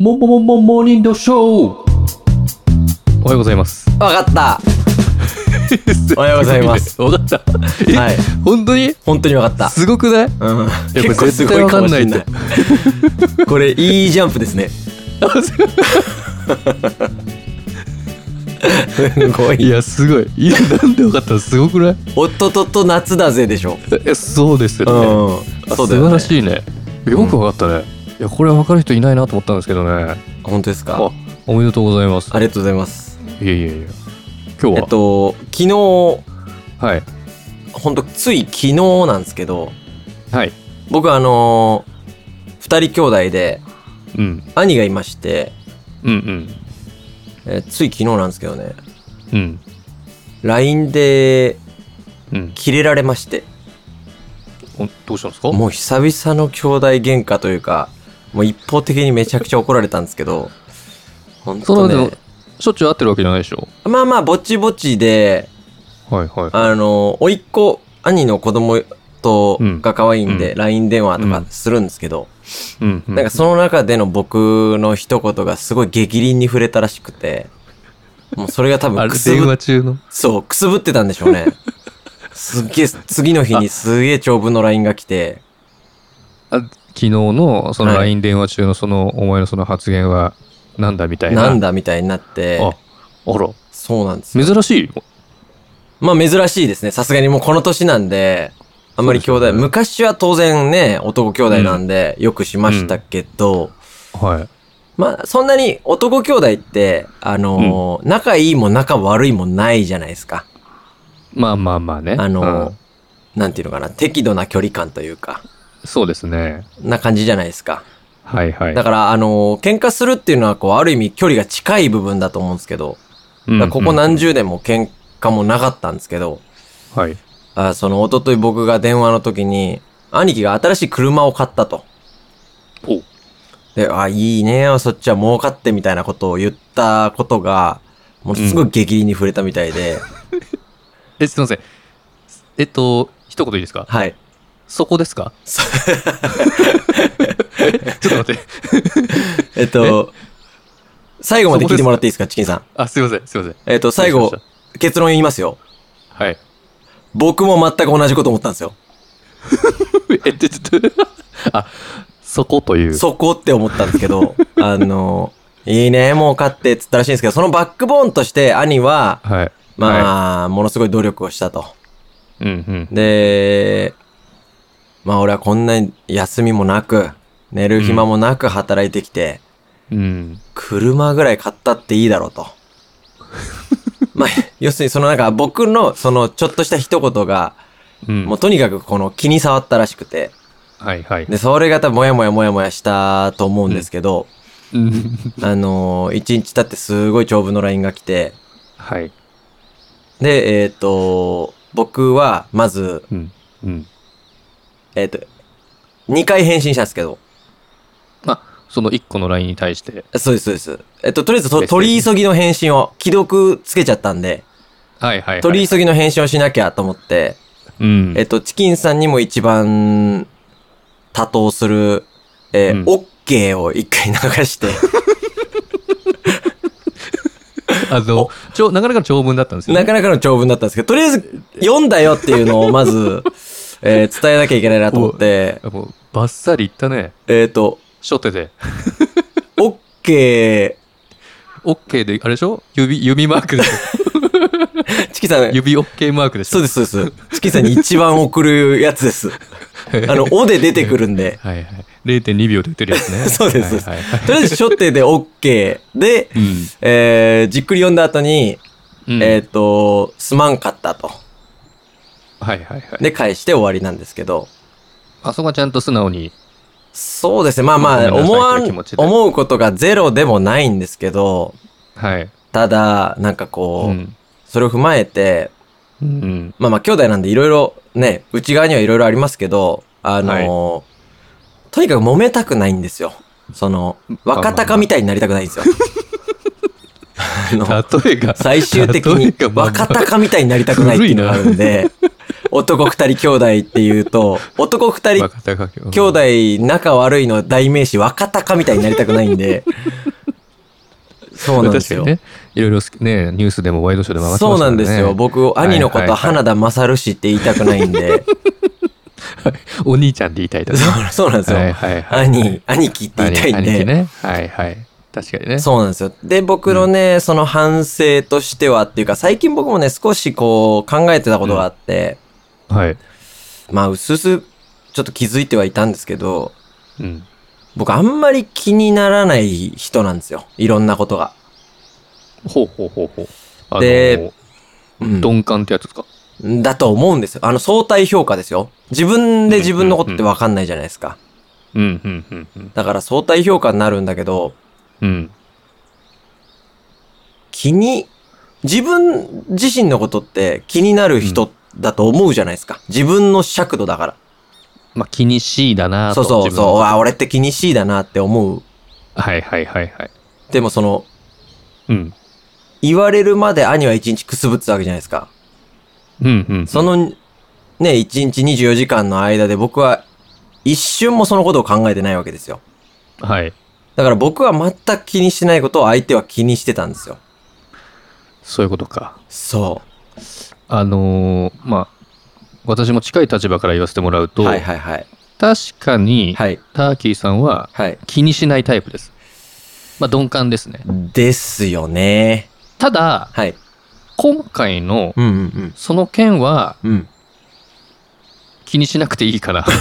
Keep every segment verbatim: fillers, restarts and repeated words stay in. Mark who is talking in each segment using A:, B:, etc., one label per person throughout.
A: ももももモーニングショー。おはようございます。
B: わかったおはようございます。
A: わかった。え、はい、本当に
B: 本当にわかった。
A: すごくない？
B: うん。
A: 結構すごいかもしれない。
B: これいいジャンプですね。すごい。
A: いやすごい。いやなんでわかったの？すごくない？
B: おっとっとっと夏だぜでしょ。
A: え、そうですよね。うん、そうだよね。素晴らしいね。よくわかったね。うん、いやこれわかる人いないなと思ったんですけどね。
B: 本当ですか？
A: あ、おめでとうございます。
B: ありがとうございます。
A: いやいやいや。今日は
B: えっと昨日、
A: はい。
B: 本当つい昨日なんですけど、
A: はい。
B: 僕あのー、二人兄弟で、
A: うん、
B: 兄がいまして、
A: うんうん。
B: えー、つい昨日なんですけどね、
A: うん。
B: ライン で、
A: うん、
B: キレられまして。
A: どうしたんですか？
B: もう久々の兄弟喧嘩というか、もう一方的にめちゃくちゃ怒られたんですけど、本当ね。
A: しょっちゅう会ってるわけじゃないでしょ？
B: まあまあぼちぼちで、
A: はいはい。
B: あの甥っ子兄の子供とが可愛いんで、うん、ライン 電話とかするんですけど、うんうん、なんかその中での僕の一言がすごい激鱗に触れたらしくて、もうそれが多分くすぶ
A: 電話中の
B: そうくすぶってたんでしょうね。すっげえ次の日にすげえ長文の ライン が来て、
A: あ、昨日のその ライン 電話中のそのお前のその発言はなんだみたいな、
B: なんだみたいになって、
A: あ、あら、
B: そうなんですよ。
A: 珍しい。
B: まあ珍しいですね。さすがにもうこの年なんで、あんまり兄弟、ね、昔は当然ね、男兄弟なんでよくしましたけど、
A: うんうん、はい。
B: まあそんなに男兄弟って、あのーうん、仲いいも仲悪いもないじゃないですか。
A: まあまあまあね。
B: あのー、うん、なんていうのかな、適度な距離感というか。
A: そうですね。
B: な感じじゃないですか。
A: はいはい。
B: だから、あのー、喧嘩するっていうのは、こう、ある意味距離が近い部分だと思うんですけど、うんうん、ここ何十年も喧嘩もなかったんですけど、
A: はい。
B: あ、その、一昨日僕が電話の時に、兄貴が新しい車を買ったと。
A: お
B: で、あ、いいね、そっちは儲かってみたいなことを言ったことが、もうすごい激励に触れたみたいで。
A: うん、え、すいません。えっと、一言いいですか？
B: はい。そ
A: こですか？ちょっと待って。
B: えっと、最後まで聞いてもらっていいですか、チキンさん。
A: あ、すいません、すいません。
B: えっと、最後、結論言いますよ。
A: はい。
B: 僕も全く同じこと思ったんですよ。
A: え、ちょっと、あ、そこという。
B: そこって思ったんですけど、あの、いいね、もう勝ってって言ったらしいんですけど、そのバックボーンとして兄は、
A: はい。
B: まあ、はい、ものすごい努力をしたと。
A: うんうん。
B: で、まあ俺はこんなに休みもなく、寝る暇もなく働いてきて、
A: うん、
B: 車ぐらい買ったっていいだろうと。まあ、要するにそのなんか僕のそのちょっとした一言が、うん、もうとにかくこの気に障ったらしくて、
A: はいはい。
B: で、それが多分もやもやもやもやしたと思うんですけど、
A: うん、
B: あのー、一日経ってすごい長文の ライン が来て、
A: はい。
B: で、えっと、僕はまず、
A: うんうん、
B: えっと、にかい返信したんですけど、
A: あ、そのいっこの ライン に対して。
B: そうです、そうです。えっと、とりあえずと取り急ぎの返信を、既読つけちゃったんで、
A: はいはいはい、はい。
B: 取り急ぎの返信をしなきゃと思って、
A: うん、
B: えっと、チキンさんにも一番多答する、えー、うん、OK を一回流して。
A: あの、ちょ、なかなかの長文だったんですよ、ね。
B: なかなかの長文だったんですけど、とりあえず読んだよっていうのをまず、えー、伝えなきゃいけないなと思って。
A: もう、もうバッサリいったね。
B: えっと、
A: 初手で。
B: OK。
A: OK で、あれでしょ？指、指マークでしょ？
B: チキさん。
A: 指 OK マークでしょ？
B: そうです、そうです。チキさんに一番送るやつです。あの、おで出てくるんで。
A: はいはい。れいてんにびょうで打てるやつね。
B: そうです。
A: はいはいはい、
B: とりあえず初手で OK で、うん、えー、じっくり読んだ後に、うん、えっと、すまんかったと。
A: はいはいはい。
B: で、返して終わりなんですけど。
A: あそこはちゃんと素直に。
B: そうですね。まあまあ、思わん、思うことがゼロでもないんですけど、
A: はい。
B: ただ、なんかこう、うん、それを踏まえて、
A: うん、
B: まあまあ、兄弟なんでいろいろね、内側にはいろいろありますけど、あのーはい、とにかく揉めたくないんですよ。その、若鷹みたいになりたくないんですよ。
A: あの例えが
B: 最終的に若鷹みたいになりたくないっていうのがあるんで、 男二人兄弟っていうと、男二人兄弟仲悪いの代名詞若鷹みたいになりたくないんで。そうなんですよ。
A: ね、いろいろね、ニュースでもワイドショーでも上がってますからね。
B: そうなんですよ。僕、兄のこと花田勝氏って言いたくないんで。
A: お兄ちゃんって言いたいとか、
B: ね。そうなんですよ。はいはいはい、兄、兄貴って言いたいんで。
A: 兄貴ね。はいはい。確かにね。
B: そうなんですよ。で、僕のね、うん、その反省としてはっていうか、最近僕もね、少しこう考えてたことがあって、
A: うん、はい。
B: まあ、うすうすちょっと気づいてはいたんですけど、
A: うん、
B: 僕あんまり気にならない人なんですよ。いろんなことが。
A: ほうほうほうほう。あのー、
B: で、
A: 鈍感ってやつですか？
B: だと思うんですよ。あの相対評価ですよ。自分で自分のことって分かんないじゃないですか。
A: うんうんうんうん。
B: だから相対評価になるんだけど、
A: うん。
B: 気に、自分自身のことって気になる人だと思うじゃないですか。自分の尺度だから。
A: まあ、気にしいだなと。
B: そうそうそう。あ、俺って気にしいだなって思う。
A: はいはいはいはい。
B: でもその、
A: うん。
B: 言われるまで兄は一日くすぶってたわけじゃないですか。
A: うんうん、うん。
B: その、ね、一日にじゅうよじかんの間で僕は一瞬もそのことを考えてないわけですよ。
A: はい。
B: だから僕は全く気にしてないことを相手は気にしてたんですよ。
A: そういうことか。
B: そう。
A: あのー、まあ、私も近い立場から言わせてもらうと、
B: はいはいはい。
A: 確かに、
B: はい、
A: ターキーさんは気にしないタイプです。まあ、鈍感ですね。
B: ですよね。
A: ただ、
B: はい、
A: 今回の、
B: うんうんうん、
A: その件は、
B: うん、
A: 気にしなくていいかな。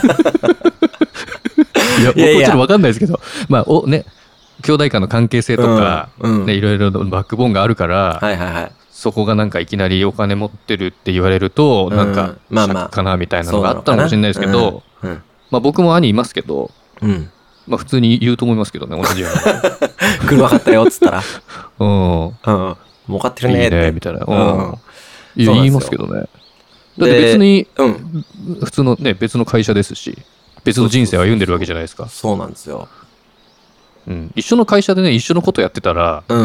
A: いや、僕もちょっと分かんないですけど、まあ、お、ね、兄弟間の関係性とか、
B: うんうん、
A: ね、いろいろバックボーンがあるから、
B: はいはいはい、
A: そこがなんかいきなりお金持ってるって言われると、なんか、
B: まあまあ、
A: かなみたいなのがあったのかもしれないですけど、
B: うんうん、ま
A: あ僕も兄いますけど、
B: うん、
A: まあ普通に言うと思いますけどね、同じよう
B: に。車買ったよっつったら。
A: うん。
B: うん。儲かってるねって。
A: いいね、みたいな。うん。いや、言いますけどね。だって別に、うん、普通のね、別の会社ですし、別の人生を歩んでるわけじゃないですか。
B: そうなんですよ。
A: うん。一緒の会社でね、一緒のことやってたら、
B: うん。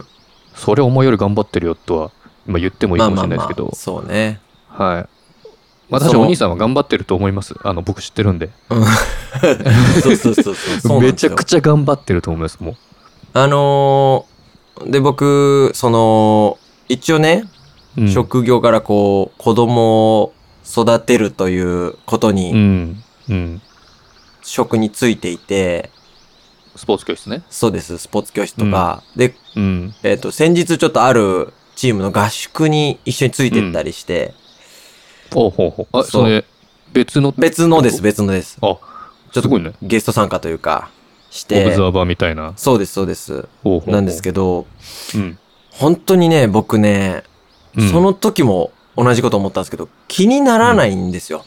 A: それお前より頑張ってるよとは、今言ってもいいかもしれないですけど。まあまあまあ、
B: そうね。
A: はい。まあ確かにお兄さんは頑張ってると思います。あの、僕知ってるんで。
B: うん。そうそうそうそう。
A: めちゃくちゃ頑張ってると思います、もう。
B: あのー、で、僕、その、一応ね、うん、職業からこう、子供を育てるということに、
A: うんうん、
B: 職についていて、
A: スポーツ教室ね。
B: そうです、スポーツ教室とか。
A: うん、
B: で、
A: うん、
B: えっと、先日ちょっとあるチームの合宿に一緒についてったりして、
A: うん、ほうほうほう。あ、それ、別の
B: 別のです、別のです。
A: あ、ちょっとすごいね。
B: ゲスト参加というか、して。
A: オブザーバーみたいな。
B: そうです、そうです。
A: ほうほうほう
B: なんですけど、
A: うん、
B: 本当にね、僕ね、うん、その時も同じこと思ったんですけど、気にならないんですよ。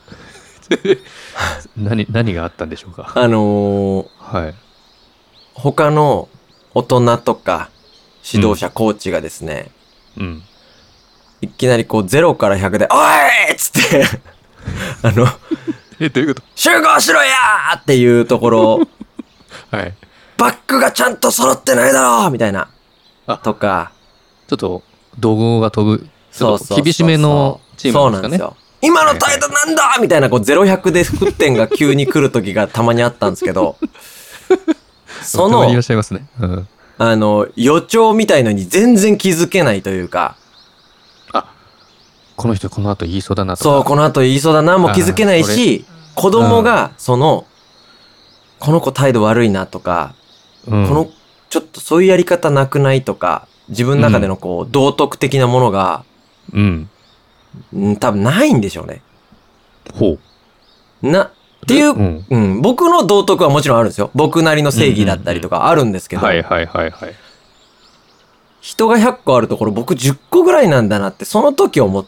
A: うん、何、何があったんでしょうか。
B: あのー、
A: はい。
B: 他の大人とか指導者、うん、コーチがですね、
A: うん、
B: いきなりこうゼロからひゃくで、おいっつってあの、
A: え、どういうこと？
B: 集合しろやーっていうところ、
A: はい。
B: バックがちゃんと揃ってないだろーみたいな。あ、とか。
A: ちょっと、怒号が飛ぶ。そうそうそう。厳しめのチームなんですかね。そうなんですよ。
B: 今の態度なんだ、はいはい、みたいな、こうゼロひゃくで沸点が急に来る時がたまにあったんですけど、その、
A: いらっしゃいますね。うん、
B: あの、予兆みたいのに全然気づけないというか、
A: あ、この人この後言いそうだなとか。
B: そう、この後言いそうだなも気づけないし、子供が、その、この子態度悪いなとか、うん、この、ちょっとそういうやり方なくないとか、自分の中でのこう、道徳的なものが、
A: うん。
B: ん多分ないんでしょうね。
A: ほ
B: う。な、っていう、うん、うん、僕の道徳はもちろんあるんですよ。僕なりの正義だったりとかあるんですけど。
A: はいはいはいはい。
B: 人がひゃっこあるところ僕じゅっこぐらいなんだなって、その時思って。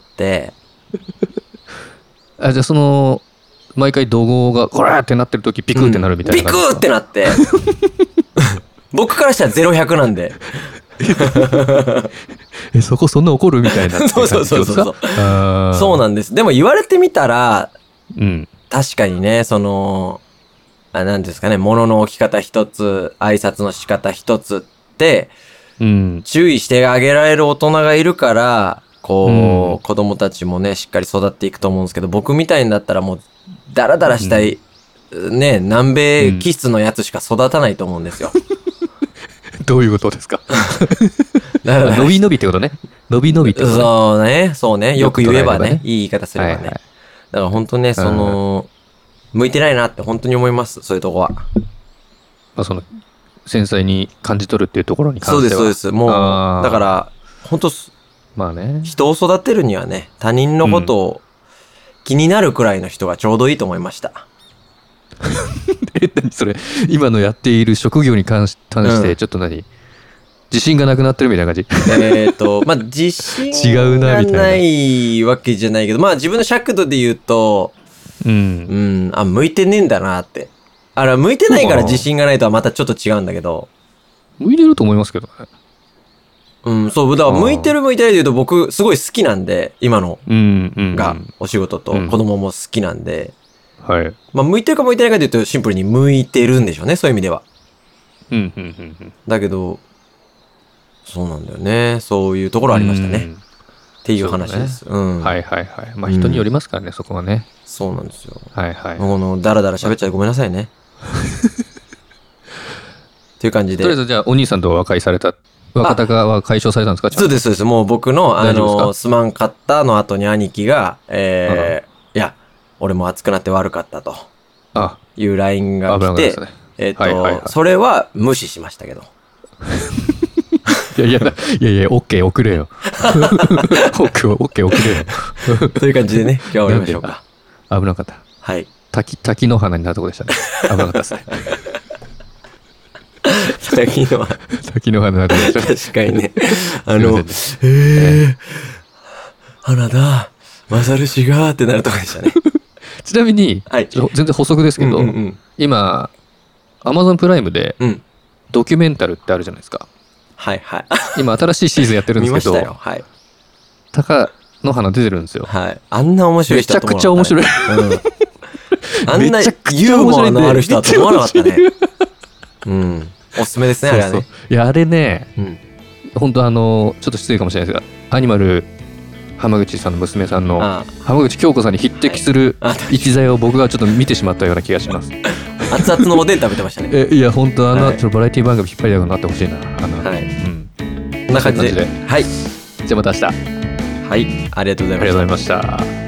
A: あ、じゃあその、毎回怒号がこらーってなってる時ピクーってなるみたいな、
B: うん、ピクーってなって。僕からしたらゼロひゃくなんで。
A: え、そこそんな怒るみたいな。
B: そうそうそうそう。そうなんです。でも言われてみたら、
A: うん、
B: 確かにね、その、あ、なんですかね、物の置き方一つ、挨拶の仕方一つって、
A: うん、
B: 注意してあげられる大人がいるから、 こう、
A: うん、
B: 子供たちもね、しっかり育っていくと思うんですけど、僕みたいにだったらもう、ダラダラしたい、うん、ね、南米気質のやつしか育たないと思うんですよ。
A: うん、どういうことですか？伸び伸びってことね。伸び伸びってことね。
B: そうね、そうね。よく言えばね、いい言い方すればね。はいはい、だから本当ね、その、うん、向いてないなって本当に思います、そういうとこは。
A: まあ、その、繊細に感じ取るっていうところに関しては。
B: そうです、そうです。もう、だから、本当、
A: まあね。
B: 人を育てるにはね、他人のことを気になるくらいの人がちょうどいいと思いました。
A: え、何それ、今のやっている職業に関し、関して、ちょっと何、うん、自信がなくなってるみたいな感じ？
B: えっと、まあ、自信がないわけじゃないけど、まあ、自分の尺度で言うと、うん、うん、あ、向いてねえんだなって。あら、向いてないから自信がないとはまたちょっと違うんだけど。
A: 向いてると思いますけどね。
B: うん、そう、だから向いてる向いてないで言うと僕すごい好きなんで、今のがお仕事と子供も好きなんで、
A: うんうん、はい。
B: まあ向いてるか向いてないかで言うとシンプルに向いてるんでしょうね、そういう意味では。
A: うんうんうんうん。
B: だけど、そうなんだよね。そういうところありましたね。うん、っていう話です。うね、うん。
A: はいはいはい。まあ人によりますからね、うん、そこはね。
B: そうなんですよ。
A: はいはい。
B: このダラダラ喋っちゃいごめんなさいね。っていう感じで。
A: とりあえずじゃあお兄さんと和解された。若鷹は解消されたんですか？
B: そうです、そうです。もう僕の、あの、すまんかったの後に兄貴が、えー、いや、俺も熱くなって悪かったと。あいう ライン が来て、えっと、それは無視しましたけど。
A: いやいや、いやいや、OK 送れよ。OK、OK 送れよ。
B: という感じでね、今日は終わりましょうか。
A: 危なかった。
B: はい。
A: 滝、滝の花になるとこでしたね。危なかったですね。
B: 滝の花。
A: 滝の花でしょ。
B: 確かにね。あの、えー、花だ、マサル氏がってなるとこでしたね。
A: ちなみに、はい、全然補足ですけど、うんうんうん、今、Amazon プライムで、ドキュメンタルってあるじゃないですか。
B: はいはい。
A: 今、新しいシーズンやってるんですけど、
B: 見ましたよ。はい。
A: 高の花出てるんですよ。
B: はい。あんな面白い人
A: だと思わなかった、ね。めちゃくちゃ面白い。
B: うん、あんなユーモアのある人だと思わなかったね。うん。おすすめですね、
A: そうそう、あれはね。いや、あれね、うん、本当あの、ちょっと失礼かもしれないですが、アニマル浜口さんの娘さんの浜口京子さんに匹敵する一材を僕がちょっと見てしまったような気がします。
B: 熱々のおでん食べてましたね。
A: えいや、本当あの、はい、ちょっとバラエティ番組引っ張りだこになってほしいな。あの、はい。うん。
B: こんな感じで。はい。
A: じゃあまた明日。
B: はい。ありがとうございました。
A: ありがとうございました。